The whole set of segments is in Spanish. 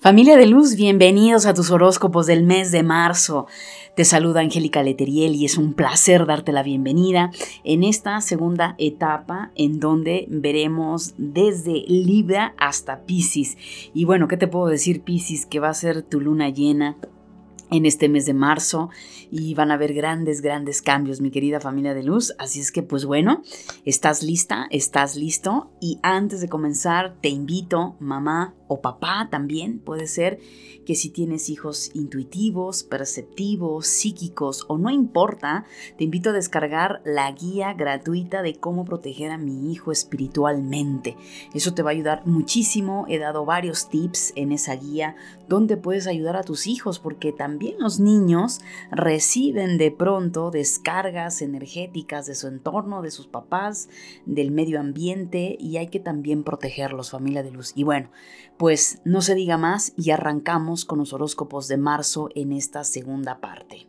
Familia de luz, bienvenidos a tus horóscopos del mes de marzo. Te saluda Angélica Leteriel y es un placer darte la bienvenida en esta segunda etapa en donde veremos desde Libra hasta Piscis. Y bueno, ¿qué te puedo decir, Piscis? Que va a ser tu luna llena en este mes de marzo y van a haber grandes cambios, mi querida familia de luz. Así es que, pues bueno, ¿estás lista? ¿Estás listo? Y antes de comenzar, te invito, mamá o papá también, puede ser que si tienes hijos intuitivos, perceptivos, psíquicos o no importa, te invito a descargar la guía gratuita de cómo proteger a mi hijo espiritualmente. Eso te va a ayudar muchísimo. He dado varios tips en esa guía donde puedes ayudar a tus hijos, porque también los niños reciben de pronto descargas energéticas de su entorno, de sus papás, del medio ambiente, y hay que también protegerlos, familia de luz. Y bueno, pues no se diga más y arrancamos con los horóscopos de marzo en esta segunda parte.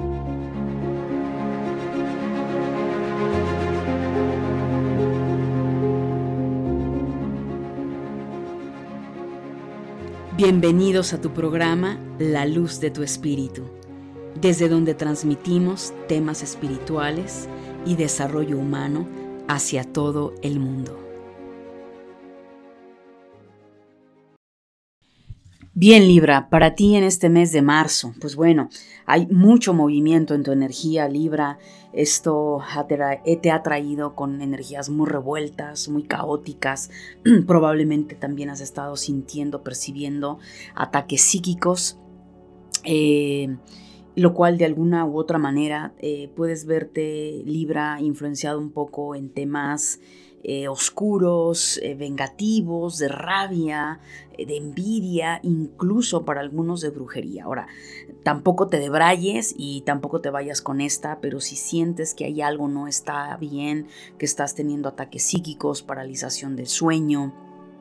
Bienvenidos a tu programa La Luz de tu Espíritu, desde donde transmitimos temas espirituales y desarrollo humano hacia todo el mundo. Bien, Libra, para ti en este mes de marzo, pues bueno, hay mucho movimiento en tu energía, Libra. Esto te ha traído con energías muy revueltas, muy caóticas. Probablemente también has estado sintiendo, percibiendo ataques psíquicos, lo cual de alguna u otra manera puedes verte, Libra, influenciado un poco en temas oscuros, vengativos, de rabia, de envidia, incluso para algunos de brujería. Ahora, tampoco te debrayes y tampoco te vayas con esta, pero si sientes que hay algo no está bien, que estás teniendo ataques psíquicos, paralización del sueño,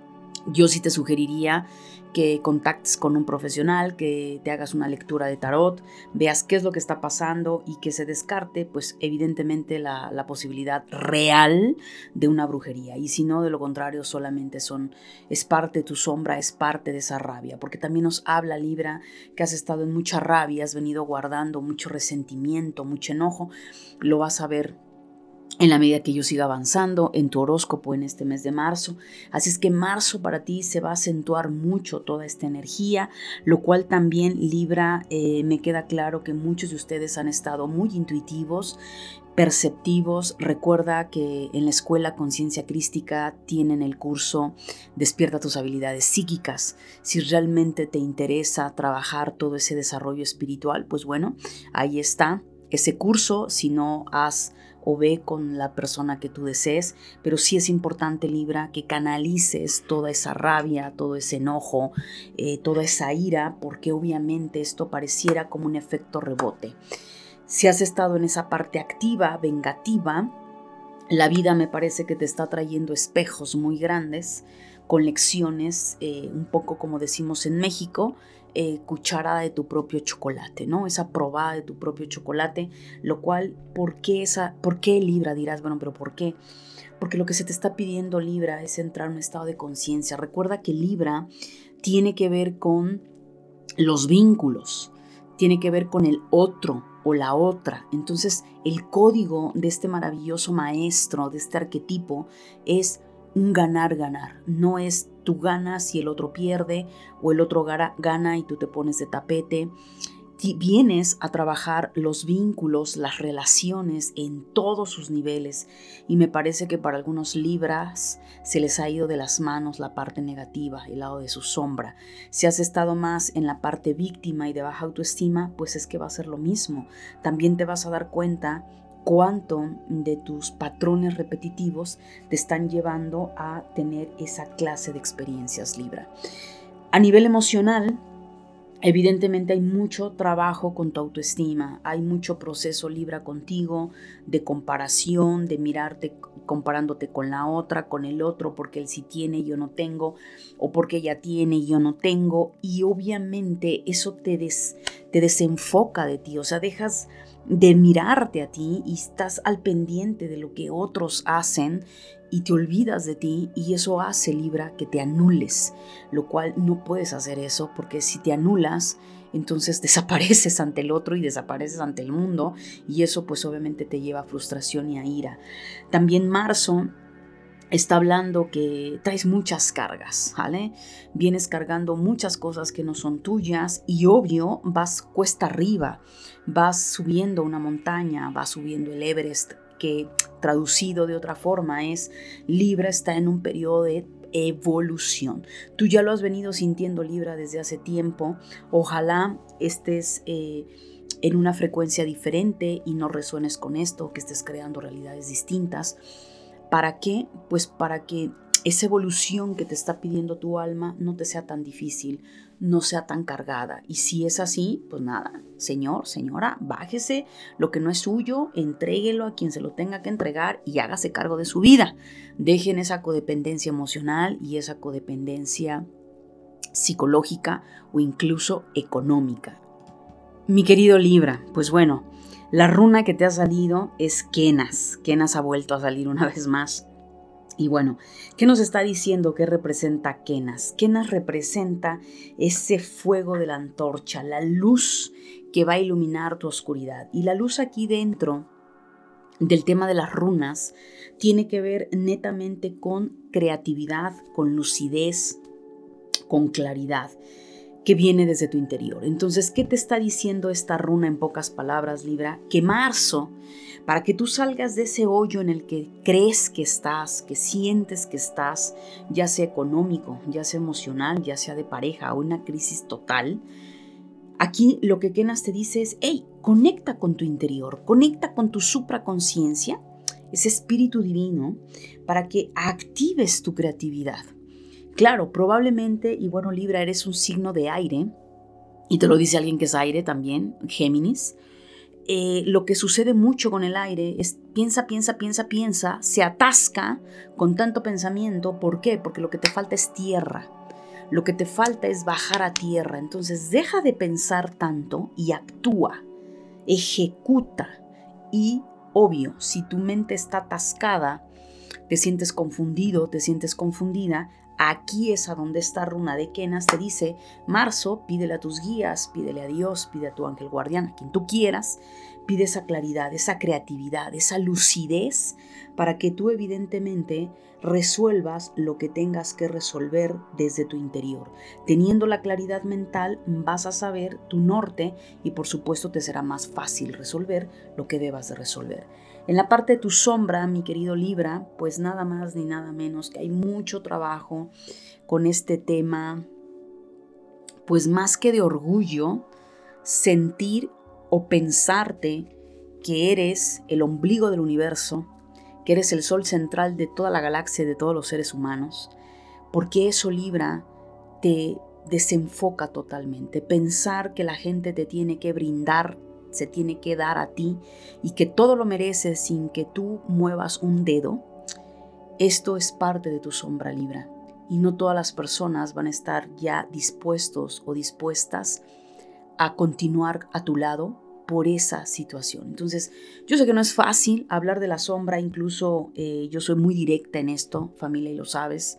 yo sí te sugeriría que contactes con un profesional, que te hagas una lectura de tarot, veas qué es lo que está pasando y que se descarte, pues evidentemente la posibilidad real de una brujería. Y si no, de lo contrario, solamente es parte de tu sombra, es parte de esa rabia. Porque también nos habla, Libra, que has estado en mucha rabia, has venido guardando mucho resentimiento, mucho enojo. Lo vas a ver en la medida que yo siga avanzando en tu horóscopo en este mes de marzo. Así es que marzo para ti se va a acentuar mucho toda esta energía, lo cual también, Libra, me queda claro que muchos de ustedes han estado muy intuitivos, perceptivos. Recuerda que en la escuela Conciencia Crística tienen el curso Despierta tus habilidades psíquicas. Si realmente te interesa trabajar todo ese desarrollo espiritual, pues bueno, ahí está ese curso. Si no has o ve con la persona que tú desees, pero sí es importante, Libra, que canalices toda esa rabia, todo ese enojo, toda esa ira, porque obviamente esto pareciera como un efecto rebote. Si has estado en esa parte activa, vengativa, la vida me parece que te está trayendo espejos muy grandes, con lecciones, un poco como decimos en México, cucharada de tu propio chocolate, ¿no? Esa probada de tu propio chocolate, lo cual, ¿por qué, Libra? Dirás, bueno, pero ¿por qué? Porque lo que se te está pidiendo, Libra, es entrar en un estado de conciencia. Recuerda que Libra tiene que ver con los vínculos, tiene que ver con el otro o la otra. Entonces, el código de este maravilloso maestro, de este arquetipo, es un ganar-ganar. No es tú ganas y el otro pierde, o el otro gana y tú te pones de tapete. Vienes a trabajar los vínculos, las relaciones en todos sus niveles, y me parece que para algunos Libras se les ha ido de las manos la parte negativa, el lado de su sombra. Si has estado más en la parte víctima y de baja autoestima, pues es que va a ser lo mismo. También te vas a dar cuenta cuánto de tus patrones repetitivos te están llevando a tener esa clase de experiencias, Libra. A nivel emocional, evidentemente hay mucho trabajo con tu autoestima, hay mucho proceso, Libra, contigo, de comparación, de mirarte comparándote con la otra, con el otro, porque él sí tiene y yo no tengo, o porque ella tiene y yo no tengo, y obviamente eso te desenfoca de ti, o sea, dejas de mirarte a ti y estás al pendiente de lo que otros hacen y te olvidas de ti, y eso hace, Libra, que te anules, lo cual no puedes hacer eso, porque si te anulas, entonces desapareces ante el otro y desapareces ante el mundo, y eso pues obviamente te lleva a frustración y a ira. También Marzo está hablando que traes muchas cargas, ¿vale? Vienes cargando muchas cosas que no son tuyas y obvio vas cuesta arriba, vas subiendo una montaña, vas subiendo el Everest, que traducido de otra forma es Libra está en un periodo de evolución. Tú ya lo has venido sintiendo, Libra, desde hace tiempo. Ojalá estés en una frecuencia diferente y no resuenes con esto, que estés creando realidades distintas. ¿Para qué? Pues para que esa evolución que te está pidiendo tu alma no te sea tan difícil, no sea tan cargada. Y si es así, pues nada, señor, señora, bájese lo que no es suyo, entréguelo a quien se lo tenga que entregar y hágase cargo de su vida. Dejen esa codependencia emocional y esa codependencia psicológica o incluso económica. Mi querido Libra, pues bueno, la runa que te ha salido es Kenas. Kenas ha vuelto a salir una vez más. Y bueno, ¿qué nos está diciendo? ¿Qué representa Kenas? Kenas representa ese fuego de la antorcha, la luz que va a iluminar tu oscuridad. Y la luz aquí dentro del tema de las runas tiene que ver netamente con creatividad, con lucidez, con claridad, que viene desde tu interior. Entonces, ¿qué te está diciendo esta runa en pocas palabras, Libra? Que Marzo, para que tú salgas de ese hoyo en el que crees que estás, que sientes que estás, ya sea económico, ya sea emocional, ya sea de pareja o una crisis total, aquí lo que Kenas te dice es, hey, conecta con tu interior, conecta con tu supraconciencia, ese espíritu divino, para que actives tu creatividad. Claro, probablemente, y bueno, Libra, eres un signo de aire, y te lo dice alguien que es aire también, Géminis. Lo que sucede mucho con el aire es piensa, se atasca con tanto pensamiento. ¿Por qué? Porque lo que te falta es tierra, lo que te falta es bajar a tierra. Entonces deja de pensar tanto y actúa, ejecuta. Y obvio, si tu mente está atascada, te sientes confundido, te sientes confundida, aquí es a donde esta runa de Kenas te dice, Marzo, pídele a tus guías, pídele a Dios, pide a tu ángel guardián, a quien tú quieras, pide esa claridad, esa creatividad, esa lucidez, para que tú evidentemente resuelvas lo que tengas que resolver desde tu interior. Teniendo la claridad mental, vas a saber tu norte y por supuesto te será más fácil resolver lo que debas de resolver. En la parte de tu sombra, mi querido Libra, pues nada más ni nada menos que hay mucho trabajo con este tema, pues más que de orgullo, sentir o pensarte que eres el ombligo del universo, que eres el sol central de toda la galaxia y de todos los seres humanos, porque eso, Libra, te desenfoca totalmente. Pensar que la gente te tiene que brindar, se tiene que dar a ti y que todo lo mereces sin que tú muevas un dedo, esto es parte de tu sombra, Libra. Y no todas las personas van a estar ya dispuestos o dispuestas a continuar a tu lado por esa situación. Entonces, yo sé que no es fácil hablar de la sombra, incluso yo soy muy directa en esto, familia, y lo sabes.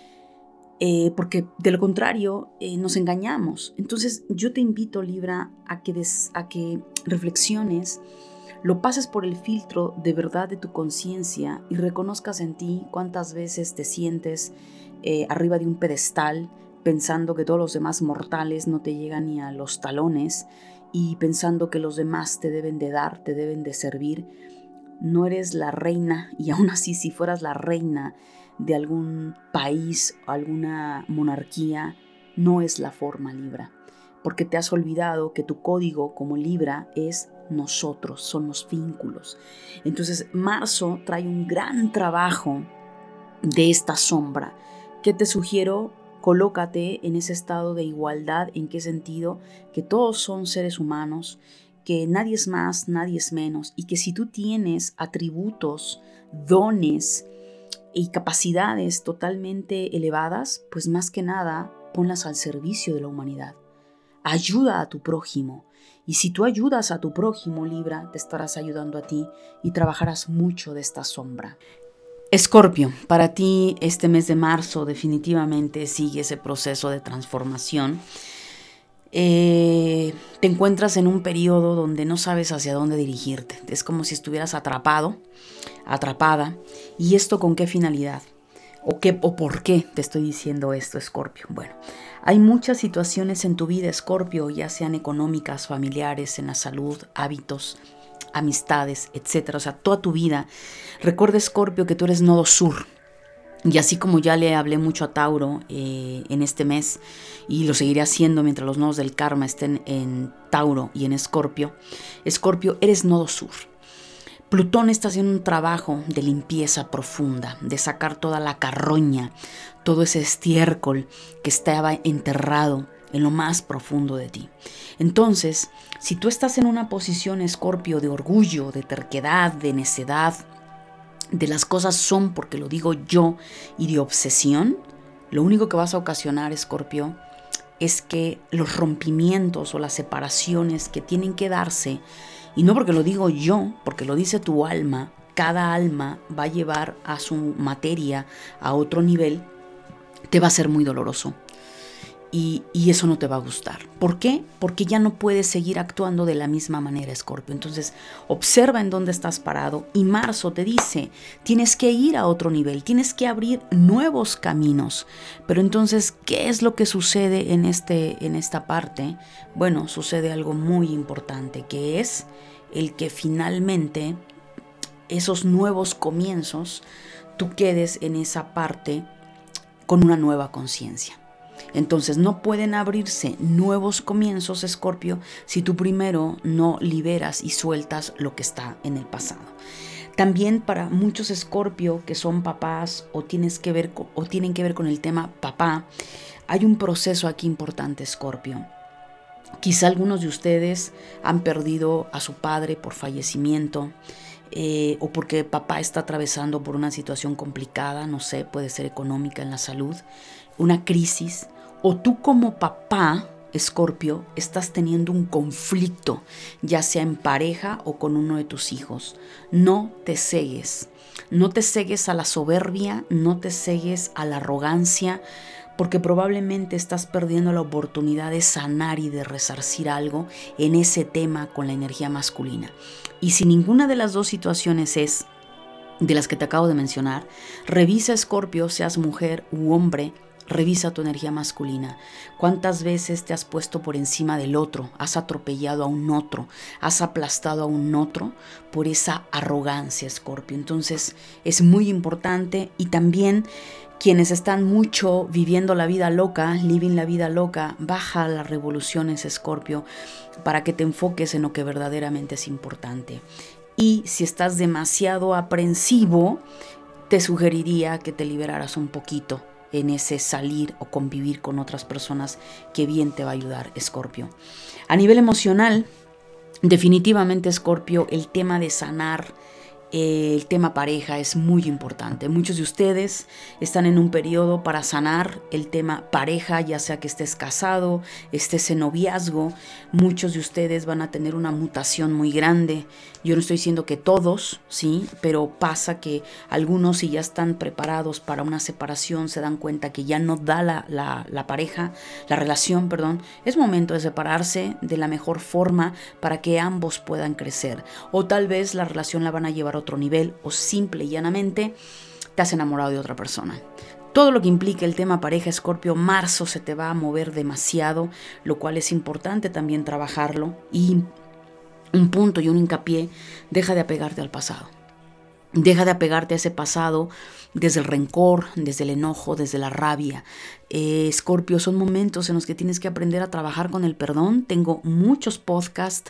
Porque de lo contrario nos engañamos. Entonces yo te invito, Libra, a que reflexiones, lo pases por el filtro de verdad de tu conciencia y reconozcas en ti cuántas veces te sientes arriba de un pedestal pensando que todos los demás mortales no te llegan ni a los talones y pensando que los demás te deben de dar, te deben de servir. No eres la reina, y aún así si fueras la reina de algún país o alguna monarquía, no es la forma, Libra, porque te has olvidado que tu código como Libra es nosotros, son los vínculos. Entonces Marzo trae un gran trabajo de esta sombra. ¿Qué te sugiero? Colócate en ese estado de igualdad. ¿En qué sentido? Que todos son seres humanos, que nadie es más, nadie es menos, y que si tú tienes atributos, dones y capacidades totalmente elevadas, pues más que nada ponlas al servicio de la humanidad. Ayuda a tu prójimo. Y si tú ayudas a tu prójimo, Libra, te estarás ayudando a ti y trabajarás mucho de esta sombra. Escorpio, para ti este mes de marzo definitivamente sigue ese proceso de transformación. Te encuentras en un periodo donde no sabes hacia dónde dirigirte. Es como si estuvieras atrapado, atrapada. ¿Y esto con qué finalidad? ¿O por qué te estoy diciendo esto, Escorpio? Bueno, hay muchas situaciones en tu vida, Escorpio, ya sean económicas, familiares, en la salud, hábitos, amistades, etcétera. O sea, toda tu vida. Recuerda, Escorpio, que tú eres nodo sur. Y así como ya le hablé mucho a Tauro en este mes, y lo seguiré haciendo mientras los nodos del karma estén en Tauro y en Escorpio, Escorpio, eres nodo sur. Plutón está haciendo un trabajo de limpieza profunda, de sacar toda la carroña, todo ese estiércol que estaba enterrado en lo más profundo de ti. Entonces, si tú estás en una posición, Escorpio, de orgullo, de terquedad, de necedad, de las cosas son porque lo digo yo, y de obsesión, lo único que vas a ocasionar, Escorpio, es que los rompimientos o las separaciones que tienen que darse, y no porque lo digo yo, porque lo dice tu alma, cada alma va a llevar a su materia a otro nivel, te va a ser muy doloroso. Y eso no te va a gustar. ¿Por qué? Porque ya no puedes seguir actuando de la misma manera, Escorpio. Entonces, observa en dónde estás parado y marzo te dice, tienes que ir a otro nivel, tienes que abrir nuevos caminos. Pero entonces, ¿qué es lo que sucede en esta parte? Bueno, sucede algo muy importante, que es el que finalmente esos nuevos comienzos, tú quedes en esa parte con una nueva conciencia. Entonces no pueden abrirse nuevos comienzos, Escorpio, si tú primero no liberas y sueltas lo que está en el pasado. También para muchos, Escorpio, que son papás o tienen que ver con el tema papá, hay un proceso aquí importante, Escorpio. Quizá algunos de ustedes han perdido a su padre por fallecimiento, o porque papá está atravesando por una situación complicada, no sé, puede ser económica, en la salud, una crisis, o tú como papá, Escorpio, estás teniendo un conflicto, ya sea en pareja o con uno de tus hijos. No te cegues a la soberbia, no te cegues a la arrogancia, porque probablemente estás perdiendo la oportunidad de sanar y de resarcir algo en ese tema con la energía masculina. Y si ninguna de las dos situaciones es de las que te acabo de mencionar, revisa, Escorpio, seas mujer u hombre, revisa tu energía masculina. ¿Cuántas veces te has puesto por encima del otro? ¿Has atropellado a un otro? ¿Has aplastado a un otro por esa arrogancia, Escorpio? Entonces es muy importante. Y también quienes están mucho viviendo la vida loca, living la vida loca, baja las revoluciones, Escorpio, para que te enfoques en lo que verdaderamente es importante. Y si estás demasiado aprensivo, te sugeriría que te liberaras un poquito en ese salir o convivir con otras personas, que bien te va a ayudar, Escorpio. A nivel emocional, definitivamente, Escorpio, el tema de sanar, el tema pareja es muy importante. Muchos de ustedes están en un periodo para sanar el tema pareja, ya sea que estés casado, estés en noviazgo. Muchos de ustedes van a tener una mutación muy grande. Yo no estoy diciendo que todos, sí, pero pasa que algunos, si ya están preparados para una separación, se dan cuenta que ya no da la pareja, la relación, perdón. Es momento de separarse de la mejor forma para que ambos puedan crecer. O tal vez la relación la van a llevar a otro nivel, o simple y llanamente te has enamorado de otra persona. Todo lo que implica el tema pareja, Escorpio, marzo se te va a mover demasiado, lo cual es importante también trabajarlo. Y un punto y un hincapié, deja de apegarte al pasado. Deja de apegarte a ese pasado desde el rencor, desde el enojo, desde la rabia. Escorpio, son momentos en los que tienes que aprender a trabajar con el perdón. Tengo muchos podcasts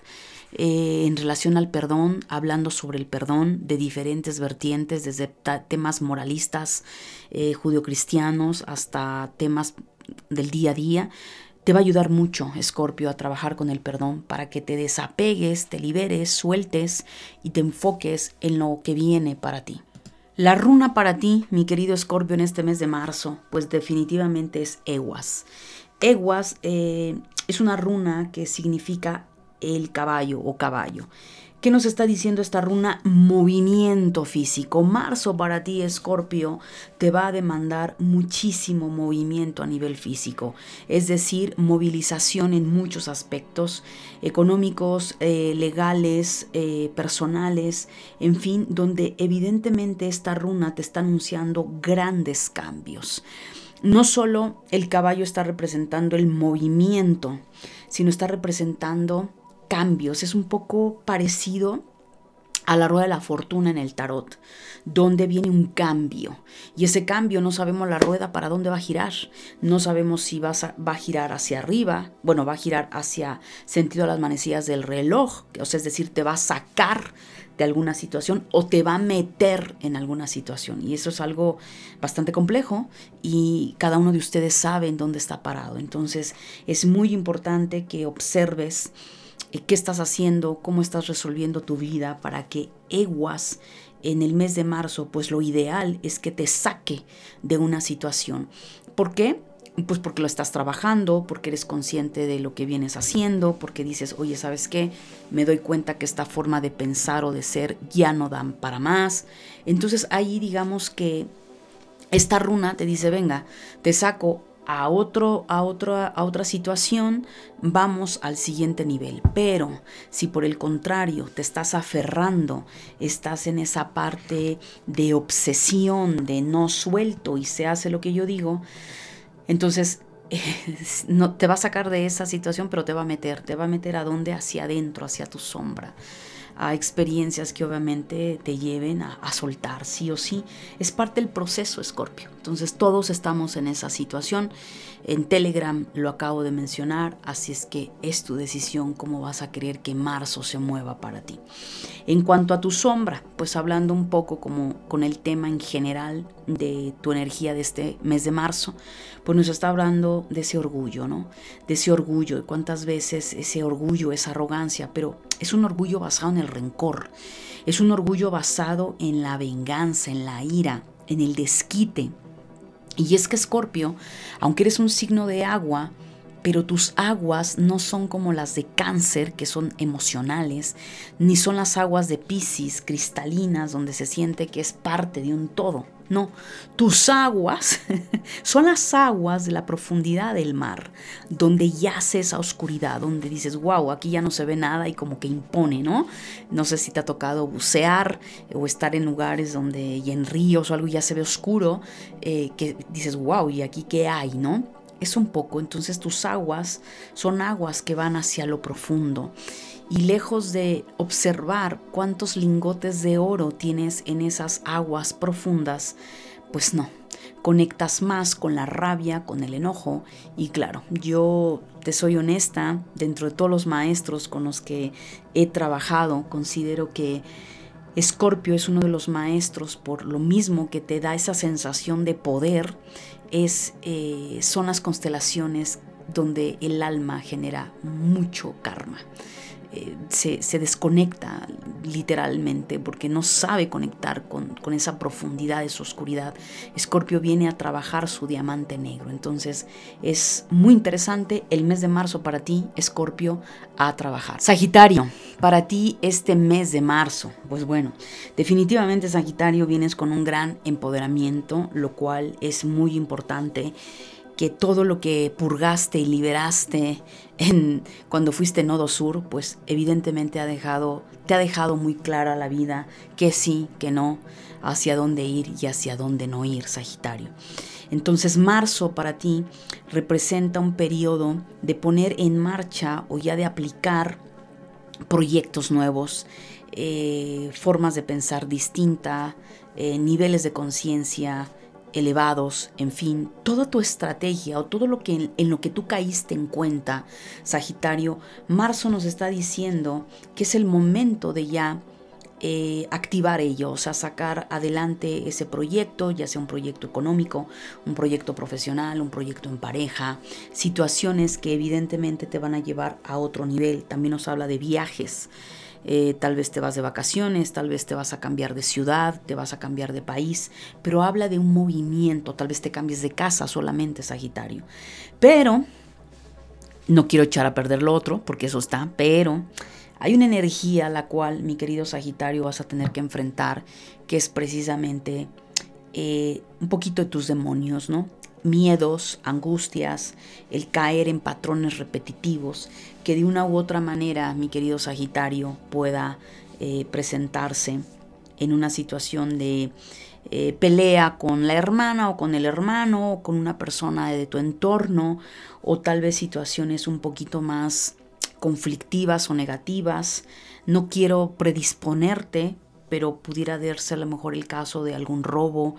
en relación al perdón, hablando sobre el perdón de diferentes vertientes, desde temas moralistas, judio-cristianos, hasta temas del día a día. Te va a ayudar mucho, Escorpio, a trabajar con el perdón para que te desapegues, te liberes, sueltes y te enfoques en lo que viene para ti. La runa para ti, mi querido Escorpio, en este mes de marzo, pues definitivamente es Ewas. Ewas es una runa que significa el caballo o caballo. ¿Qué nos está diciendo esta runa? Movimiento físico. Marzo para ti, Escorpio, te va a demandar muchísimo movimiento a nivel físico, es decir, movilización en muchos aspectos económicos, legales, personales, en fin, donde evidentemente esta runa te está anunciando grandes cambios. No solo el caballo está representando el movimiento, sino está representando cambios. Es un poco parecido a la rueda de la fortuna en el tarot, donde viene un cambio. Y ese cambio no sabemos la rueda para dónde va a girar. No sabemos si va a girar hacia arriba, va a girar hacia sentido a las manecillas del reloj, o sea, es decir, te va a sacar de alguna situación o te va a meter en alguna situación. Y eso es algo bastante complejo y cada uno de ustedes sabe en dónde está parado. Entonces es muy importante que observes qué estás haciendo, cómo estás resolviendo tu vida para que Eguas en el mes de marzo, pues lo ideal es que te saque de una situación. ¿Por qué? Pues porque lo estás trabajando, porque eres consciente de lo que vienes haciendo, porque dices, oye, ¿sabes qué? Me doy cuenta que esta forma de pensar o de ser ya no dan para más. Entonces ahí digamos que esta runa te dice, venga, te saco a otra situación, vamos al siguiente nivel. Pero si por el contrario te estás aferrando, estás en esa parte de obsesión, de no suelto y se hace lo que yo digo, entonces no te va a sacar de esa situación, pero te va a meter a dónde, hacia adentro, hacia tu sombra, a experiencias que obviamente te lleven a soltar, sí o sí. Es parte del proceso, Escorpio. Entonces todos estamos en esa situación. En Telegram lo acabo de mencionar, así es que es tu decisión cómo vas a querer que marzo se mueva para ti. En cuanto a tu sombra, pues hablando un poco como con el tema en general de tu energía de este mes de marzo, pues nos está hablando de ese orgullo, ¿no? De ese orgullo, de cuántas veces ese orgullo, esa arrogancia, pero es un orgullo basado en el rencor, es un orgullo basado en la venganza, en la ira, en el desquite. Y es que Escorpio, aunque eres un signo de agua, pero tus aguas no son como las de Cáncer, que son emocionales, ni son las aguas de Piscis, cristalinas, donde se siente que es parte de un todo. No, tus aguas son las aguas de la profundidad del mar, donde yace esa oscuridad, donde dices, wow, aquí ya no se ve nada y como que impone, ¿no? No sé si te ha tocado bucear o estar en lugares donde, y en ríos o algo ya se ve oscuro, que dices, wow, ¿y aquí qué hay, no? Es un poco, entonces tus aguas son aguas que van hacia lo profundo. Y lejos de observar cuántos lingotes de oro tienes en esas aguas profundas, pues no, conectas más con la rabia, con el enojo. Y claro, yo te soy honesta, dentro de todos los maestros con los que he trabajado, considero que Escorpio es uno de los maestros por lo mismo que te da esa sensación de poder, son las constelaciones donde el alma genera mucho karma. Se desconecta literalmente porque no sabe conectar con esa profundidad, esa oscuridad. Escorpio viene a trabajar su diamante negro. Entonces es muy interesante el mes de marzo para ti, Escorpio, a trabajar. Sagitario, para ti este mes de marzo, pues bueno, definitivamente Sagitario vienes con un gran empoderamiento, lo cual es muy importante. Que todo lo que purgaste y liberaste cuando fuiste nodo sur, pues evidentemente te ha dejado muy clara la vida, que sí, que no, hacia dónde ir y hacia dónde no ir, Sagitario. Entonces marzo para ti representa un periodo de poner en marcha o ya de aplicar proyectos nuevos, formas de pensar distinta, niveles de conciencia elevados, en fin, toda tu estrategia o todo lo que en lo que tú caíste en cuenta, Sagitario, marzo nos está diciendo que es el momento de ya activar ello, o sea, sacar adelante ese proyecto, ya sea un proyecto económico, un proyecto profesional, un proyecto en pareja, situaciones que evidentemente te van a llevar a otro nivel. También nos habla de viajes. Tal vez te vas de vacaciones, tal vez te vas a cambiar de ciudad, te vas a cambiar de país, pero habla de un movimiento, tal vez te cambies de casa solamente, Sagitario. Pero, no quiero echar a perder lo otro, porque eso está, pero Hay una energía a la cual, mi querido Sagitario, vas a tener que enfrentar, que es precisamente un poquito de tus demonios, ¿no? Miedos, angustias, el caer en patrones repetitivos, que de una u otra manera, mi querido Sagitario, pueda presentarse en una situación de pelea con la hermana o con el hermano o con una persona de tu entorno, o tal vez situaciones un poquito más conflictivas o negativas. No quiero predisponerte, pero pudiera darse a lo mejor el caso de algún robo,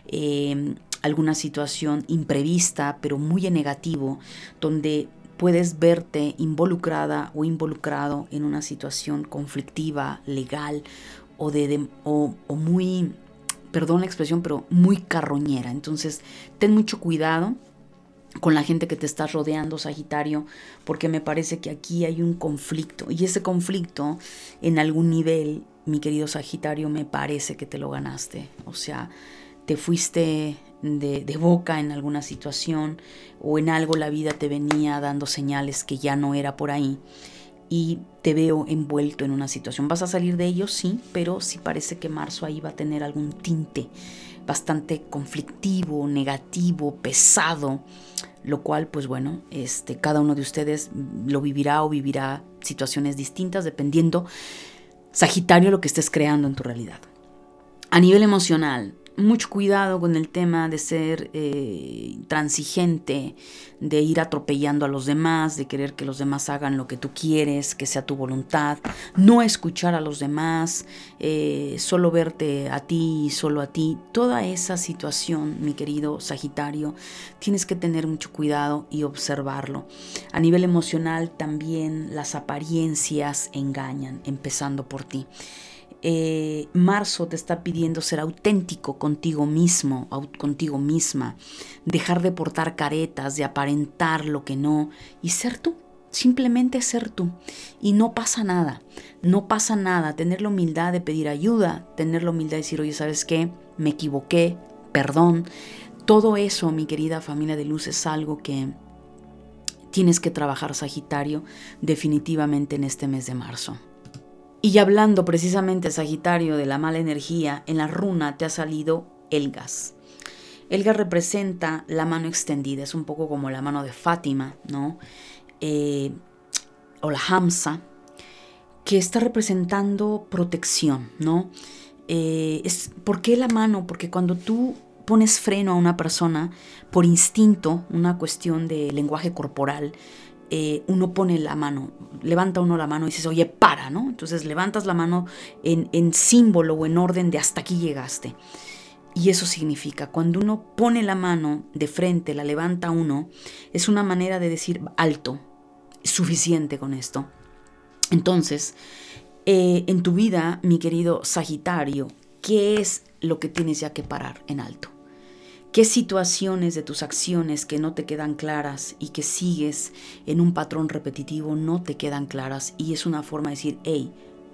alguna situación imprevista, pero muy en negativo, donde puedes verte involucrada o involucrado en una situación conflictiva, legal o muy, perdón la expresión, pero muy carroñera. Entonces, ten mucho cuidado con la gente que te está rodeando, Sagitario, porque me parece que aquí hay un conflicto, y ese conflicto en algún nivel, mi querido Sagitario, me parece que te lo ganaste. O sea, te fuiste de boca en alguna situación, o en algo la vida te venía dando señales que ya no era por ahí, y te veo envuelto en una situación. ¿Vas a salir de ello? Sí, pero sí parece que marzo ahí va a tener algún tinte bastante conflictivo, negativo, pesado, lo cual, pues bueno, cada uno de ustedes lo vivirá o vivirá situaciones distintas dependiendo, Sagitario, lo que estés creando en tu realidad. A nivel emocional, mucho cuidado con el tema de ser transigente, de ir atropellando a los demás, de querer que los demás hagan lo que tú quieres, que sea tu voluntad, no escuchar a los demás, solo verte a ti y solo a ti. Toda esa situación, mi querido Sagitario, tienes que tener mucho cuidado y observarlo. A nivel emocional también las apariencias engañan, empezando por ti. Marzo te está pidiendo ser auténtico contigo mismo, contigo misma, dejar de portar caretas, de aparentar lo que no, y ser tú, simplemente ser tú. Y no pasa nada, no pasa nada. Tener la humildad de pedir ayuda, tener la humildad de decir, oye, ¿sabes qué? Me equivoqué, perdón. Todo eso, mi querida familia de luz, es algo que tienes que trabajar, Sagitario, definitivamente en este mes de marzo. Y hablando precisamente, Sagitario, de la mala energía, en la runa te ha salido Elgas. Elgas representa la mano extendida, es un poco como la mano de Fátima, ¿no? O la Hamsa, que está representando protección, ¿no? ¿Por qué la mano? Porque cuando tú pones freno a una persona por instinto, una cuestión de lenguaje corporal, uno pone la mano, levanta uno la mano y dices, oye, para, ¿no? Entonces levantas la mano en símbolo o en orden de hasta aquí llegaste. Y eso significa, cuando uno pone la mano de frente, la levanta uno, es una manera de decir alto, suficiente con esto. Entonces, en tu vida, mi querido Sagitario, ¿qué es lo que tienes ya que parar en alto? ¿Qué situaciones de tus acciones que no te quedan claras y que sigues en un patrón repetitivo no te quedan claras? Y es una forma de decir, hey,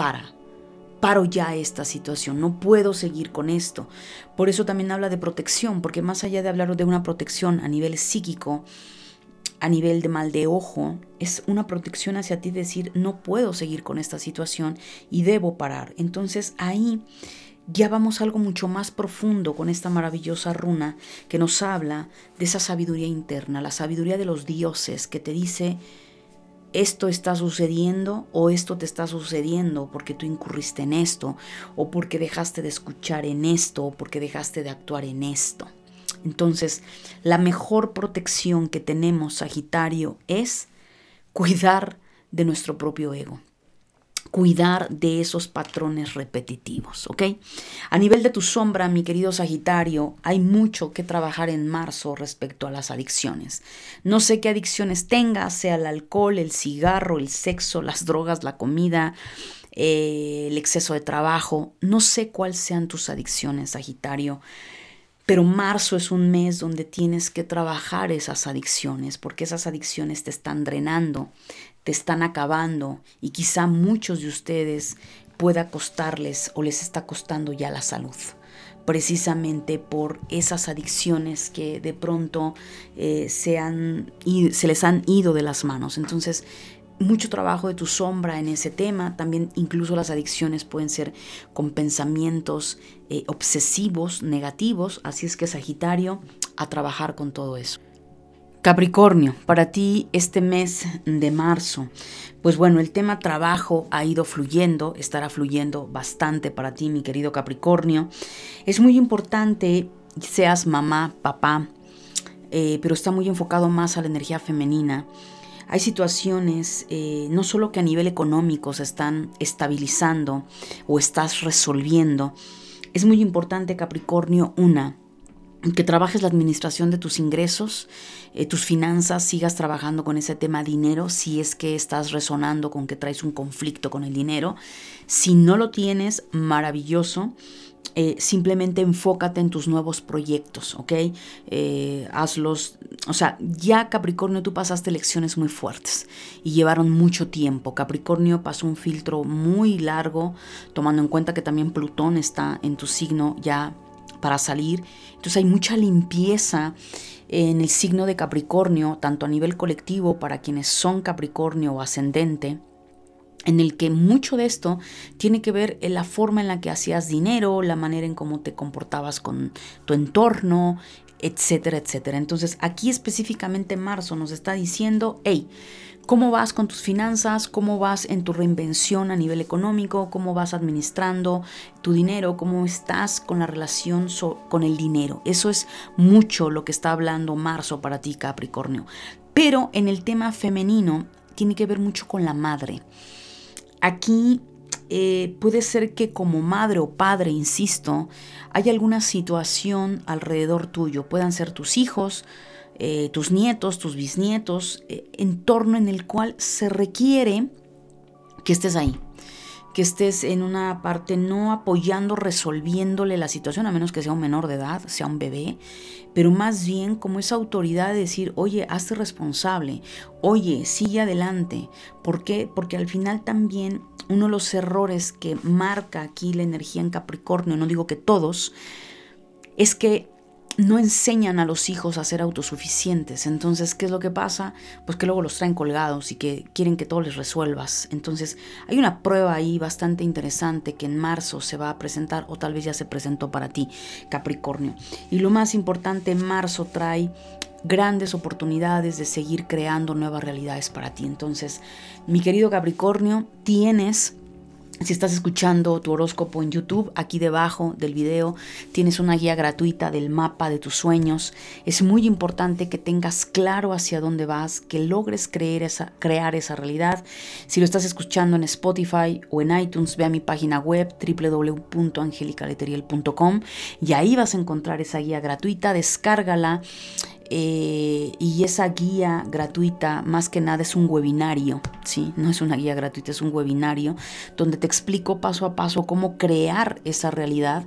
paro ya esta situación, no puedo seguir con esto. Por eso también habla de protección, porque más allá de hablar de una protección a nivel psíquico, a nivel de mal de ojo, es una protección hacia ti, decir, no puedo seguir con esta situación y debo parar. Entonces ahí ya vamos a algo mucho más profundo con esta maravillosa runa que nos habla de esa sabiduría interna, la sabiduría de los dioses, que te dice, esto está sucediendo o esto te está sucediendo porque tú incurriste en esto, o porque dejaste de escuchar en esto, o porque dejaste de actuar en esto. Entonces, la mejor protección que tenemos, Sagitario, es cuidar de nuestro propio ego. Cuidar de esos patrones repetitivos, ¿ok? A nivel de tu sombra, mi querido Sagitario, hay mucho que trabajar en marzo respecto a las adicciones. No sé qué adicciones tengas, sea el alcohol, el cigarro, el sexo, las drogas, la comida, el exceso de trabajo. No sé cuáles sean tus adicciones, Sagitario, pero marzo es un mes donde tienes que trabajar esas adicciones, porque esas adicciones te están drenando, te están acabando, y quizá muchos de ustedes pueda costarles o les está costando ya la salud. precisamente por esas adicciones que de pronto se les han ido de las manos. Entonces, mucho trabajo de tu sombra en ese tema. También incluso las adicciones pueden ser con pensamientos obsesivos, negativos. Así es que, Sagitario, a trabajar con todo eso. Capricornio, para ti este mes de marzo, pues bueno, el tema trabajo ha ido fluyendo, estará fluyendo bastante para ti, mi querido Capricornio. Es muy importante, seas mamá, papá, pero está muy enfocado más a la energía femenina. Hay situaciones, no solo que a nivel económico se están estabilizando o estás resolviendo. Es muy importante, Capricornio, que trabajes la administración de tus ingresos, tus finanzas, sigas trabajando con ese tema dinero, si es que estás resonando con que traes un conflicto con el dinero. Si no lo tienes, maravilloso. Simplemente enfócate en tus nuevos proyectos, ¿ok? Hazlos, o sea, ya Capricornio, tú pasaste lecciones muy fuertes y llevaron mucho tiempo. Capricornio pasó un filtro muy largo, tomando en cuenta que también Plutón está en tu signo ya para salir. Entonces hay mucha limpieza en el signo de Capricornio, tanto a nivel colectivo para quienes son Capricornio o ascendente, en el que mucho de esto tiene que ver en la forma en la que hacías dinero, la manera en cómo te comportabas con tu entorno, etcétera, etcétera. Entonces aquí específicamente marzo nos está diciendo, hey, ¿cómo vas con tus finanzas? ¿Cómo vas en tu reinvención a nivel económico? ¿Cómo vas administrando tu dinero? ¿Cómo estás con la relación con el dinero? Eso es mucho lo que está hablando marzo para ti, Capricornio. Pero en el tema femenino tiene que ver mucho con la madre. Aquí puede ser que como madre o padre, insisto, hay alguna situación alrededor tuyo. Puedan ser tus hijos, tus nietos, tus bisnietos, entorno en el cual se requiere que estés ahí, que estés en una parte no apoyando, resolviéndole la situación, a menos que sea un menor de edad, sea un bebé, pero más bien como esa autoridad de decir, oye, hazte responsable, oye, sigue adelante. ¿Por qué? Porque al final también uno de los errores que marca aquí la energía en Capricornio, no digo que todos, es que no enseñan a los hijos a ser autosuficientes. Entonces, ¿qué es lo que pasa? Pues que luego los traen colgados y que quieren que todo les resuelvas. Entonces, hay una prueba ahí bastante interesante que en marzo se va a presentar, o tal vez ya se presentó para ti, Capricornio. Y lo más importante, marzo trae grandes oportunidades de seguir creando nuevas realidades para ti. Entonces, mi querido Capricornio, si estás escuchando tu horóscopo en YouTube, aquí debajo del video tienes una guía gratuita del mapa de tus sueños. Es muy importante que tengas claro hacia dónde vas, que logres crear esa realidad. Si lo estás escuchando en Spotify o en iTunes, ve a mi página web www.angelicaleteriel.com y ahí vas a encontrar esa guía gratuita. Descárgala. Y esa guía gratuita más que nada es un webinario, ¿sí? No es una guía gratuita, es un webinario donde te explico paso a paso cómo crear esa realidad.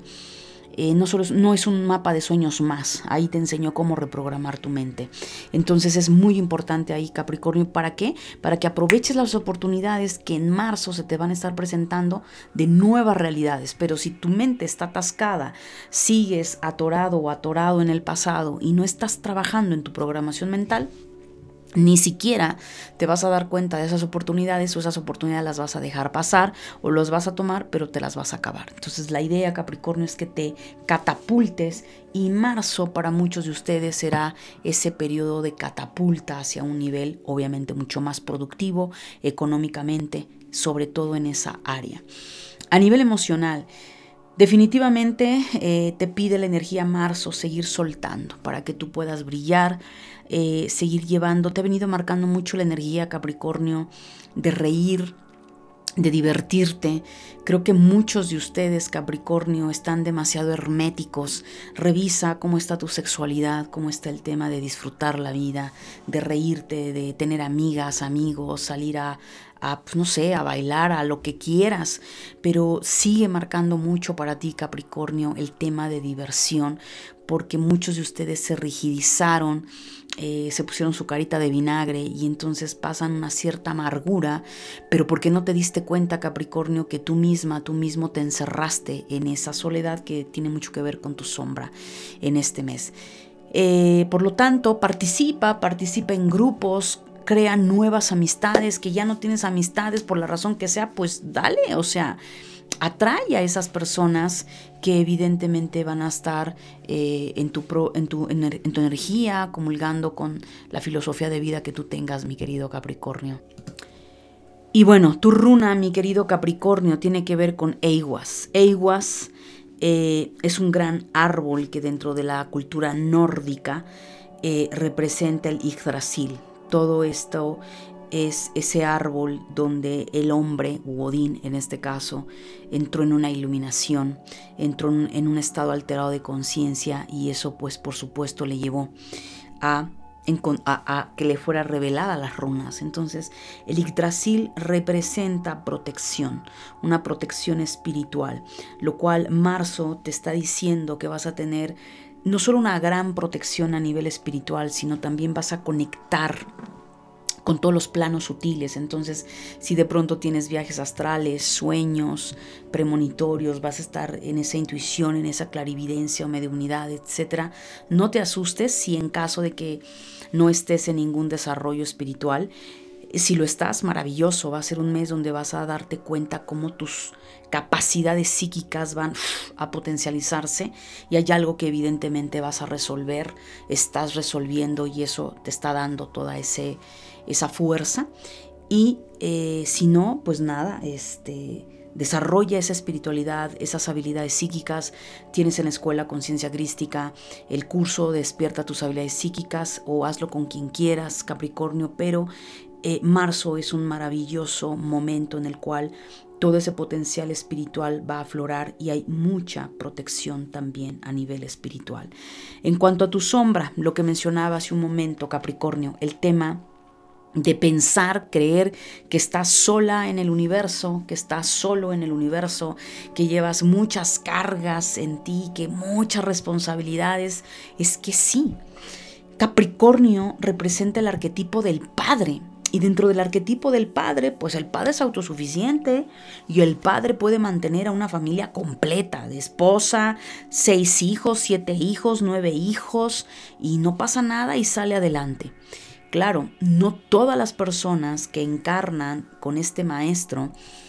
No es un mapa de sueños más, ahí te enseño cómo reprogramar tu mente. Entonces es muy importante ahí, Capricornio, ¿para qué? Para que aproveches las oportunidades que en marzo se te van a estar presentando de nuevas realidades. Pero si tu mente está atascada, sigues atorado o atorado en el pasado y no estás trabajando en tu programación mental, ni siquiera te vas a dar cuenta de esas oportunidades, o esas oportunidades las vas a dejar pasar o los vas a tomar, pero te las vas a acabar. Entonces la idea, Capricornio, es que te catapultes, y marzo para muchos de ustedes será ese periodo de catapulta hacia un nivel obviamente mucho más productivo económicamente, sobre todo en esa área. A nivel emocional, definitivamente te pide la energía marzo seguir soltando para que tú puedas brillar, seguir llevando. Te ha venido marcando mucho la energía, Capricornio, de reír, de divertirte. Creo que muchos de ustedes, Capricornio, están demasiado herméticos. Revisa cómo está tu sexualidad, cómo está el tema de disfrutar la vida, de reírte, de tener amigas, amigos, salir pues no sé, a bailar, a lo que quieras, pero sigue marcando mucho para ti, Capricornio, el tema de diversión, porque muchos de ustedes se rigidizaron se pusieron su carita de vinagre y entonces pasan una cierta amargura, pero porque no te diste cuenta, Capricornio, que tú mismo te encerraste en esa soledad que tiene mucho que ver con tu sombra en este mes. Por lo tanto, participa en grupos, crea nuevas amistades, que ya no tienes amistades por la razón que sea, pues dale, o sea, atrae a esas personas que evidentemente van a estar en tu energía, comulgando con la filosofía de vida que tú tengas, mi querido Capricornio. Y bueno, tu runa, mi querido Capricornio, tiene que ver con Eiwas. Eiwas es un gran árbol que dentro de la cultura nórdica representa el Yggdrasil. Todo esto es ese árbol donde el hombre, Odín en este caso, entró en una iluminación, entró en un estado alterado de conciencia, y eso pues por supuesto le llevó a que le fuera revelada las runas. Entonces el Yggdrasil representa protección, una protección espiritual, lo cual Marzo te está diciendo que vas a tener no solo una gran protección a nivel espiritual, sino también vas a conectar con todos los planos sutiles. Entonces, si de pronto tienes viajes astrales, sueños premonitorios, vas a estar en esa intuición, en esa clarividencia o mediunidad, etc. No te asustes si en caso de que no estés en ningún desarrollo espiritual. Si lo estás, maravilloso, va a ser un mes donde vas a darte cuenta cómo tus capacidades psíquicas van a potencializarse, y hay algo que evidentemente vas a resolver, estás resolviendo, y eso te está dando toda esa fuerza. Y si no, pues nada, desarrolla esa espiritualidad, esas habilidades psíquicas. Tienes en la escuela Conciencia Crística el curso Despierta tus habilidades psíquicas, o hazlo con quien quieras, Capricornio, pero marzo es un maravilloso momento en el cual todo ese potencial espiritual va a aflorar, y hay mucha protección también a nivel espiritual. En cuanto a tu sombra, lo que mencionaba hace un momento, Capricornio, el tema de pensar, creer que estás sola en el universo, que estás solo en el universo, que llevas muchas cargas en ti, que muchas responsabilidades. Es que sí, Capricornio representa el arquetipo del padre. Y dentro del arquetipo del padre, pues el padre es autosuficiente, y el padre puede mantener a una familia completa, de esposa, 6 hijos, 7 hijos, 9 hijos, y no pasa nada y sale adelante. Claro, no todas las personas que encarnan con este maestro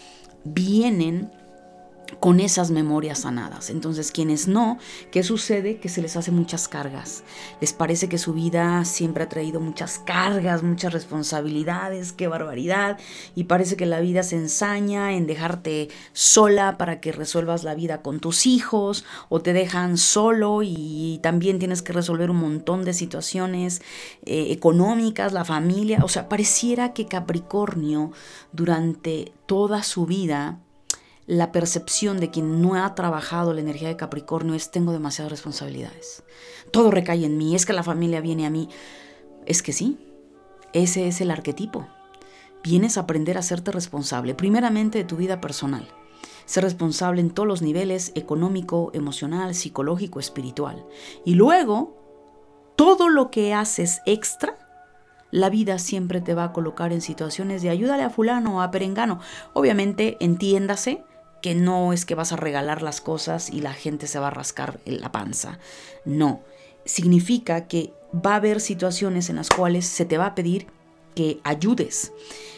vienen con esas memorias sanadas. Entonces, quienes no, ¿qué sucede? Que se les hace muchas cargas. Les parece que su vida siempre ha traído muchas cargas, muchas responsabilidades, qué barbaridad. Y parece que la vida se ensaña en dejarte sola para que resuelvas la vida con tus hijos, o te dejan solo y también tienes que resolver un montón de situaciones económicas, la familia. O sea, pareciera que Capricornio durante toda su vida, la percepción de quien no ha trabajado la energía de Capricornio es: tengo demasiadas responsabilidades, todo recae en mí, es que la familia viene a mí. Es que sí, ese es el arquetipo. Vienes a aprender a hacerte responsable, primeramente de tu vida personal. Ser responsable en todos los niveles: económico, emocional, psicológico, espiritual. Y luego, todo lo que haces extra, la vida siempre te va a colocar en situaciones de ayúdale a fulano o a perengano. Obviamente, entiéndase que no es que vas a regalar las cosas y la gente se va a rascar la panza. No, significa que va a haber situaciones en las cuales se te va a pedir que ayudes,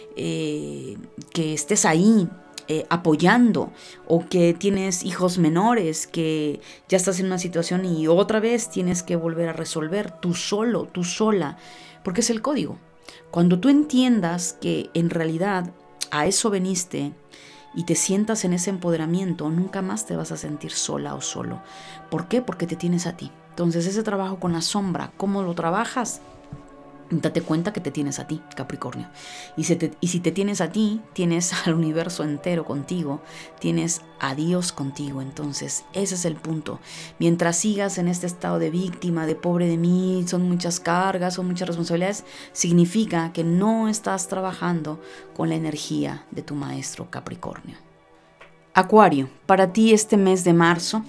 que estés ahí apoyando, o que tienes hijos menores, que ya estás en una situación y otra vez tienes que volver a resolver tú solo, tú sola, porque es el código. Cuando tú entiendas que en realidad a eso veniste y te sientas en ese empoderamiento, nunca más te vas a sentir sola o solo. ¿Por qué? Porque te tienes a ti. Entonces, ese trabajo con la sombra, ¿cómo lo trabajas? Date cuenta que te tienes a ti, Capricornio. Y si te tienes a ti, tienes al universo entero contigo, tienes a Dios contigo. Entonces, ese es el punto. Mientras sigas en este estado de víctima, de pobre de mí, son muchas cargas, son muchas responsabilidades, significa que no estás trabajando con la energía de tu maestro Capricornio. Acuario, para ti este mes de marzo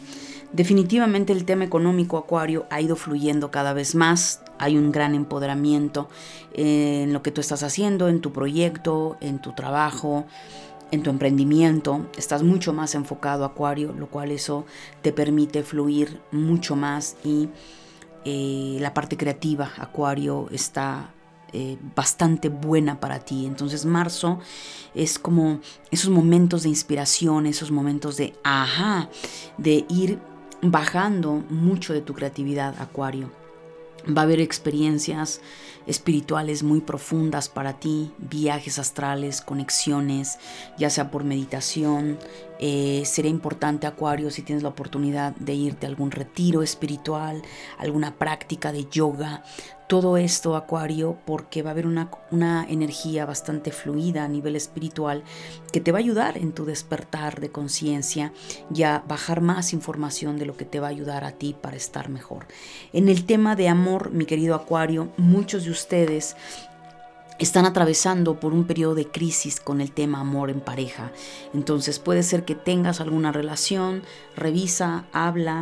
Definitivamente el tema económico, Acuario, ha ido fluyendo cada vez más. Hay un gran empoderamiento en lo que tú estás haciendo, en tu proyecto, en tu trabajo, en tu emprendimiento. Estás mucho más enfocado, Acuario, lo cual eso te permite fluir mucho más y la parte creativa, Acuario, está bastante buena para ti. Entonces marzo es como esos momentos de inspiración, esos momentos de de ir bajando mucho de tu creatividad, Acuario. Va a haber experiencias espirituales muy profundas para ti, viajes astrales, conexiones, ya sea por meditación. Sería importante, Acuario, si tienes la oportunidad de irte a algún retiro espiritual, alguna práctica de yoga. Todo esto, Acuario, porque va a haber una energía bastante fluida a nivel espiritual que te va a ayudar en tu despertar de conciencia y a bajar más información de lo que te va a ayudar a ti para estar mejor. En el tema de amor, mi querido Acuario, muchos de ustedes están atravesando por un periodo de crisis con el tema amor en pareja. Entonces puede ser que tengas alguna relación, revisa, habla,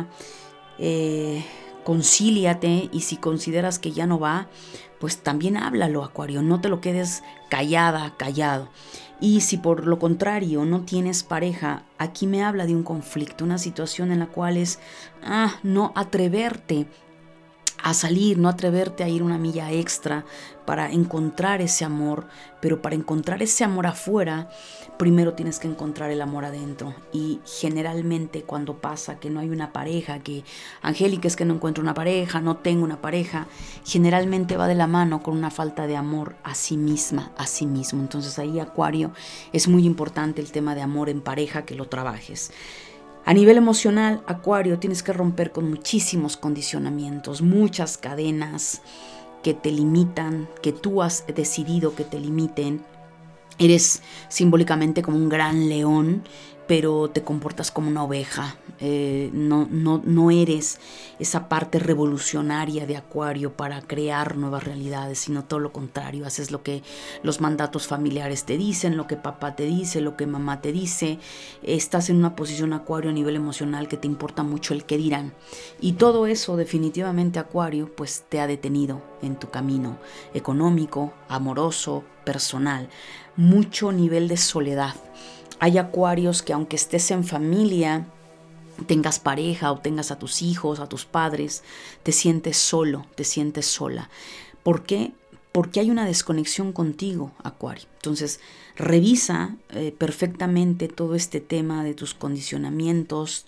concíliate, y si consideras que ya no va, pues también háblalo, Acuario, no te lo quedes callado. Y si por lo contrario no tienes pareja, aquí me habla de un conflicto, una situación en la cual es no atreverte a salir, no atreverte a ir una milla extra para encontrar ese amor. Pero para encontrar ese amor afuera, primero tienes que encontrar el amor adentro. Y generalmente cuando pasa que no hay una pareja, que Angélica, es que no encuentro una pareja, no tengo una pareja, generalmente va de la mano con una falta de amor a sí misma, a sí mismo. Entonces ahí, Acuario, es muy importante el tema de amor en pareja, que lo trabajes. A nivel emocional, Acuario, tienes que romper con muchísimos condicionamientos, muchas cadenas que te limitan, que tú has decidido que te limiten. Eres simbólicamente como un gran león, pero te comportas como una oveja. No eres esa parte revolucionaria de Acuario para crear nuevas realidades, sino todo lo contrario. Haces lo que los mandatos familiares te dicen, lo que papá te dice, lo que mamá te dice. Estás en una posición, Acuario, a nivel emocional, que te importa mucho el qué dirán. Y todo eso definitivamente, Acuario, pues te ha detenido en tu camino económico, amoroso, personal. Mucho nivel de soledad. Hay Acuarios que, aunque estés en familia, tengas pareja o tengas a tus hijos, a tus padres, te sientes solo, te sientes sola. ¿Por qué? Porque hay una desconexión contigo, Acuario. Entonces, revisa perfectamente todo este tema de tus condicionamientos,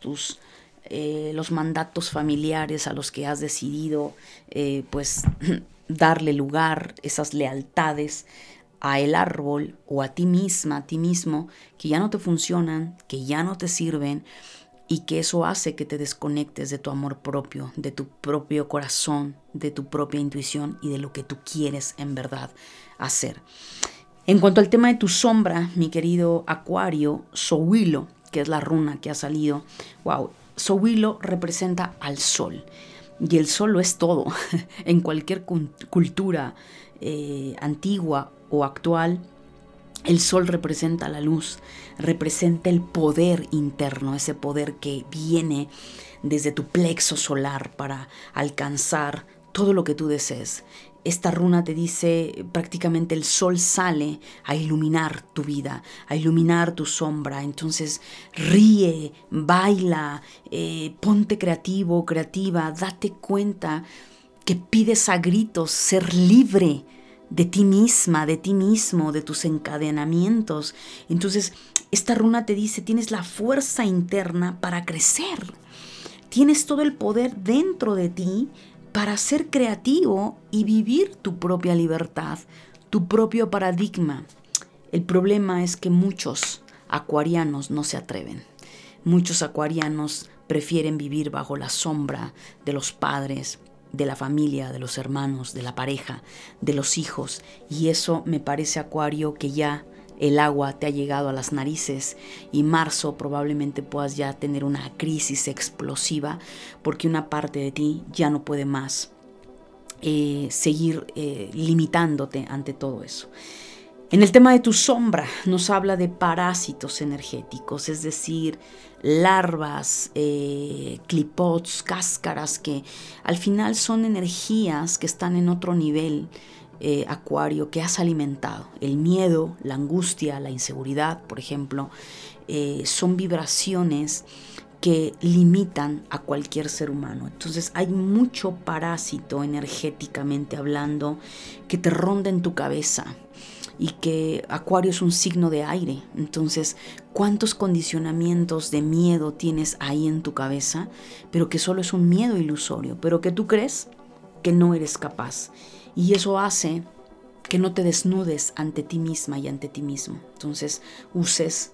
los mandatos familiares a los que has decidido pues darle lugar, esas lealtades a el árbol o a ti misma, a ti mismo, que ya no te funcionan, que ya no te sirven, y que eso hace que te desconectes de tu amor propio, de tu propio corazón, de tu propia intuición y de lo que tú quieres en verdad hacer. En cuanto al tema de tu sombra, mi querido Acuario, Xohuilo, que es la runa que ha salido, Xohuilo representa al sol. Y el sol lo es todo. En cualquier cultura antigua o actual, el sol representa la luz, representa el poder interno, ese poder que viene desde tu plexo solar para alcanzar todo lo que tú desees. Esta runa te dice, prácticamente el sol sale a iluminar tu vida, a iluminar tu sombra. Entonces ríe, baila, ponte creativo, creativa, date cuenta que pides a gritos ser libre de ti misma, de ti mismo, de tus encadenamientos. Entonces esta runa te dice, tienes la fuerza interna para crecer, tienes todo el poder dentro de ti para ser creativo y vivir tu propia libertad, tu propio paradigma. El problema es que muchos acuarianos no se atreven. Muchos acuarianos prefieren vivir bajo la sombra de los padres, de la familia, de los hermanos, de la pareja, de los hijos. Y eso me parece, Acuario, que ya el agua te ha llegado a las narices, y marzo probablemente puedas ya tener una crisis explosiva porque una parte de ti ya no puede más seguir limitándote ante todo eso. En el tema de tu sombra nos habla de parásitos energéticos, es decir, larvas, clipots, cáscaras, que al final son energías que están en otro nivel, Acuario, que has alimentado. El miedo, la angustia, la inseguridad, por ejemplo, son vibraciones que limitan a cualquier ser humano. Entonces hay mucho parásito energéticamente hablando que te ronda en tu cabeza. Y que Acuario es un signo de aire. Entonces, ¿cuántos condicionamientos de miedo tienes ahí en tu cabeza? Pero que solo es un miedo ilusorio, pero que tú crees que no eres capaz. Y eso hace que no te desnudes ante ti misma y ante ti mismo. Entonces, uses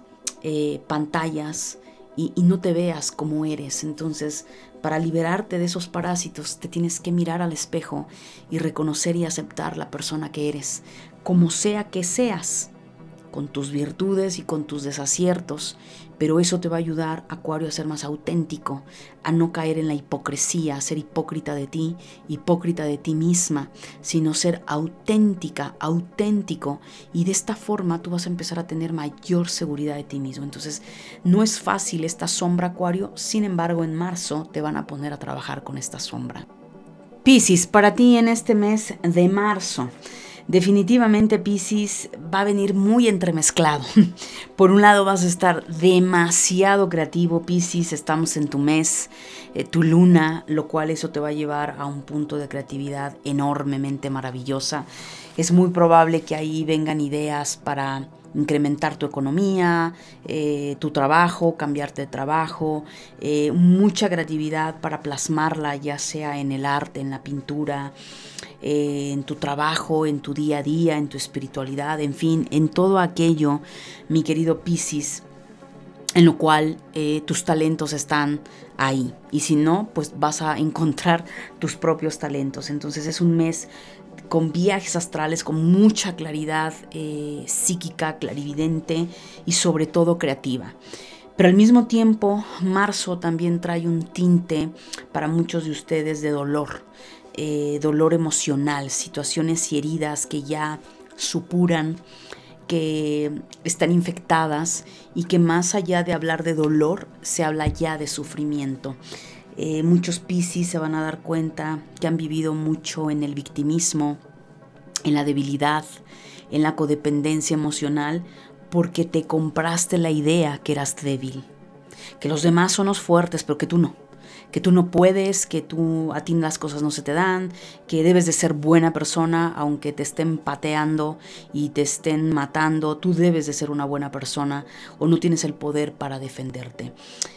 pantallas y no te veas como eres. Entonces, para liberarte de esos parásitos, te tienes que mirar al espejo y reconocer y aceptar la persona que eres, como sea que seas, con tus virtudes y con tus desaciertos, pero eso te va a ayudar, Acuario, a ser más auténtico, a no caer en la hipocresía, a ser hipócrita de ti misma, sino ser auténtica, auténtico, y de esta forma tú vas a empezar a tener mayor seguridad de ti mismo. Entonces, no es fácil esta sombra, Acuario, sin embargo, en marzo te van a poner a trabajar con esta sombra. Piscis, para ti en este mes de marzo, definitivamente Piscis va a venir muy entremezclado. Por un lado vas a estar demasiado creativo, Piscis, estamos en tu mes, tu luna, lo cual eso te va a llevar a un punto de creatividad enormemente maravillosa. Es muy probable que ahí vengan ideas para incrementar tu economía, tu trabajo, cambiarte de trabajo, mucha creatividad para plasmarla, ya sea en el arte, en la pintura, en tu trabajo, en tu día a día, en tu espiritualidad, en fin, en todo aquello, mi querido Piscis, en lo cual tus talentos están ahí. Y si no, pues vas a encontrar tus propios talentos. Entonces es un mes con viajes astrales, con mucha claridad psíquica, clarividente y sobre todo creativa. Pero al mismo tiempo, marzo también trae un tinte para muchos de ustedes de dolor, dolor emocional, situaciones y heridas que ya supuran, que están infectadas y que más allá de hablar de dolor, se habla ya de sufrimiento. Muchos Piscis se van a dar cuenta que han vivido mucho en el victimismo, en la debilidad, en la codependencia emocional, porque te compraste la idea que eras débil, que los demás son los fuertes, pero que tú no puedes, que a ti las cosas no se te dan, que debes de ser buena persona, aunque te estén pateando y te estén matando, tú debes de ser una buena persona o no tienes el poder para defenderte.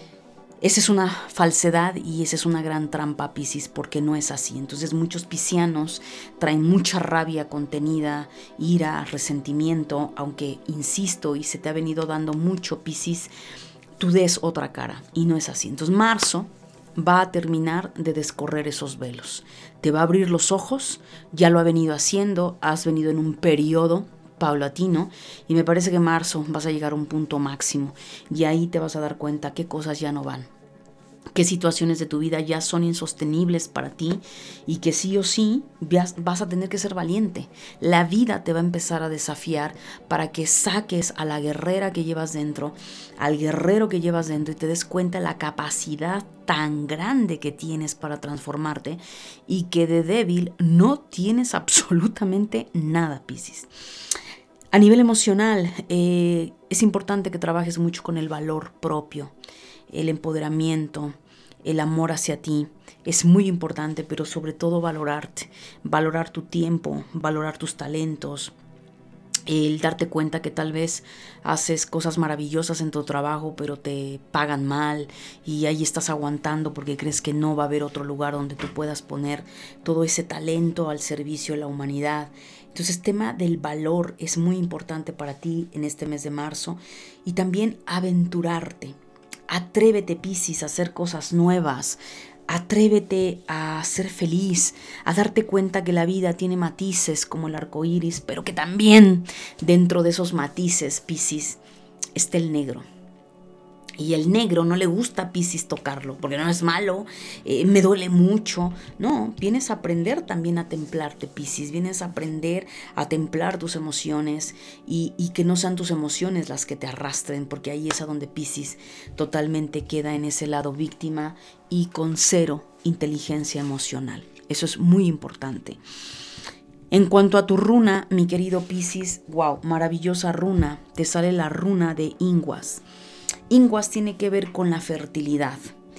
Esa es una falsedad y esa es una gran trampa, Piscis, porque no es así. Entonces muchos piscianos traen mucha rabia contenida, ira, resentimiento, aunque insisto y se te ha venido dando mucho, Piscis, tú des otra cara y no es así. Entonces marzo va a terminar de descorrer esos velos, te va a abrir los ojos, ya lo ha venido haciendo, has venido en un periodo paulatino y me parece que marzo vas a llegar a un punto máximo y ahí te vas a dar cuenta qué cosas ya no van, qué situaciones de tu vida ya son insostenibles para ti y que sí o sí vas a tener que ser valiente. La vida te va a empezar a desafiar para que saques a la guerrera que llevas dentro, al guerrero que llevas dentro y te des cuenta de la capacidad tan grande que tienes para transformarte y que de débil no tienes absolutamente nada, Piscis. A nivel emocional, es importante que trabajes mucho con el valor propio, el empoderamiento, el amor hacia ti. Es muy importante, pero sobre todo valorarte, valorar tu tiempo, valorar tus talentos, el darte cuenta que tal vez haces cosas maravillosas en tu trabajo, pero te pagan mal y ahí estás aguantando porque crees que no va a haber otro lugar donde tú puedas poner todo ese talento al servicio de la humanidad. Entonces, tema del valor es muy importante para ti en este mes de marzo y también aventurarte. Atrévete, Piscis, a hacer cosas nuevas. Atrévete a ser feliz, a darte cuenta que la vida tiene matices como el arco iris, pero que también dentro de esos matices, Piscis, está el negro. Y el negro no le gusta a Piscis tocarlo, porque no es malo, me duele mucho. No, vienes a aprender también a templarte, Piscis. Vienes a aprender a templar tus emociones y que no sean tus emociones las que te arrastren, porque ahí es a donde Piscis totalmente queda en ese lado víctima y con cero inteligencia emocional. Eso es muy importante. En cuanto a tu runa, mi querido Piscis, wow, maravillosa runa. Te sale la runa de Inguas. Inguas tiene que ver con la fertilidad.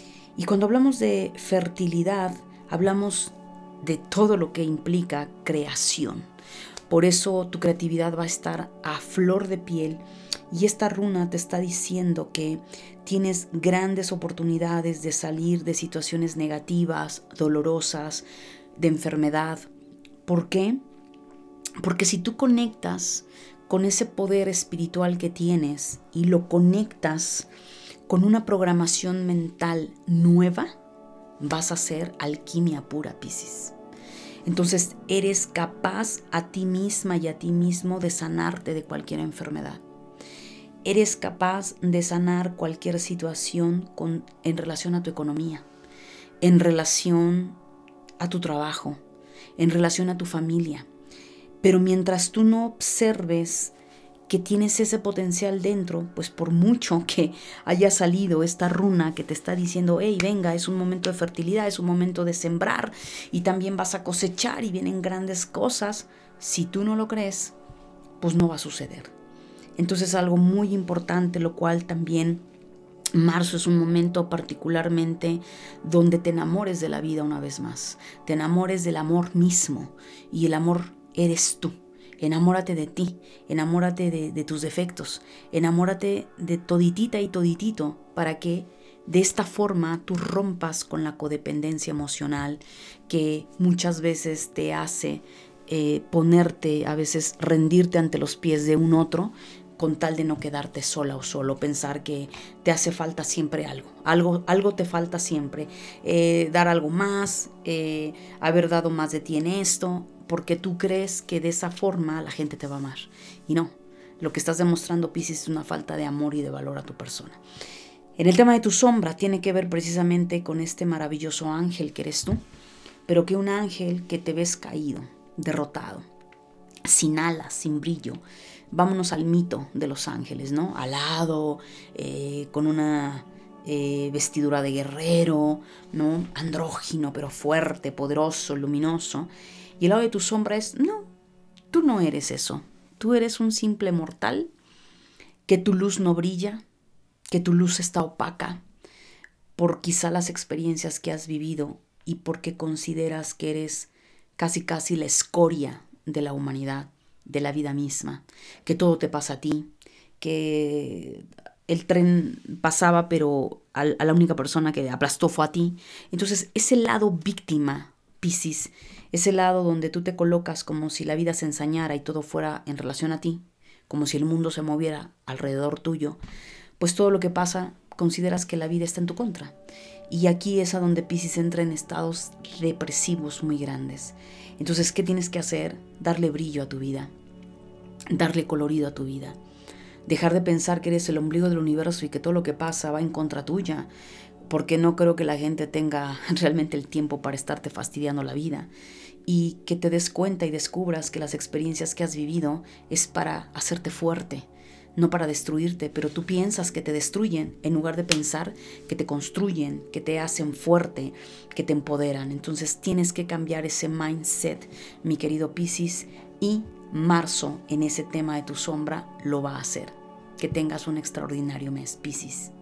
Y cuando hablamos de fertilidad, hablamos de todo lo que implica creación. Por eso tu creatividad va a estar a flor de piel. Y esta runa te está diciendo que tienes grandes oportunidades de salir de situaciones negativas, dolorosas, de enfermedad. ¿Por qué? Porque si tú conectas con ese poder espiritual que tienes y lo conectas con una programación mental nueva, vas a hacer alquimia pura, Piscis. Entonces eres capaz a ti misma y a ti mismo de sanarte de cualquier enfermedad. Eres capaz de sanar cualquier situación en relación a tu economía, en relación a tu trabajo, en relación a tu familia. Pero mientras tú no observes que tienes ese potencial dentro, pues por mucho que haya salido esta runa que te está diciendo, hey, venga, es un momento de fertilidad, es un momento de sembrar y también vas a cosechar y vienen grandes cosas, si tú no lo crees, pues no va a suceder. Entonces algo muy importante, lo cual también marzo es un momento particularmente donde te enamores de la vida una vez más, te enamores del amor mismo y el amor eres tú. Enamórate de ti, enamórate de tus defectos, enamórate de toditita y toditito para que de esta forma tú rompas con la codependencia emocional que muchas veces te hace ponerte, a veces rendirte ante los pies de un otro con tal de no quedarte sola o solo, pensar que te hace falta siempre algo te falta siempre, dar algo más, haber dado más de ti en esto, porque tú crees que de esa forma la gente te va a amar. Y no, lo que estás demostrando, Piscis, es una falta de amor y de valor a tu persona. En el tema de tu sombra tiene que ver precisamente con este maravilloso ángel que eres tú, pero que un ángel que te ves caído, derrotado, sin alas, sin brillo. Vámonos al mito de los ángeles, ¿no? Alado, con una vestidura de guerrero, ¿no? Andrógino, pero fuerte, poderoso, luminoso. Y el lado de tu sombra es, no, tú no eres eso. Tú eres un simple mortal, que tu luz no brilla, que tu luz está opaca por quizá las experiencias que has vivido y porque consideras que eres casi la escoria de la humanidad, de la vida misma, que todo te pasa a ti, que el tren pasaba pero a la única persona que aplastó fue a ti. Entonces ese lado víctima, Piscis, ese lado donde tú te colocas como si la vida se ensañara y todo fuera en relación a ti, como si el mundo se moviera alrededor tuyo, pues todo lo que pasa consideras que la vida está en tu contra. Y aquí es a donde Piscis entra en estados depresivos muy grandes. Entonces, ¿qué tienes que hacer? Darle brillo a tu vida, darle colorido a tu vida, dejar de pensar que eres el ombligo del universo y que todo lo que pasa va en contra tuya, porque no creo que la gente tenga realmente el tiempo para estarte fastidiando la vida, y que te des cuenta y descubras que las experiencias que has vivido es para hacerte fuerte, no para destruirte, pero tú piensas que te destruyen en lugar de pensar que te construyen, que te hacen fuerte, que te empoderan. Entonces tienes que cambiar ese mindset, mi querido Piscis, y marzo en ese tema de tu sombra lo va a hacer. Que tengas un extraordinario mes, Piscis.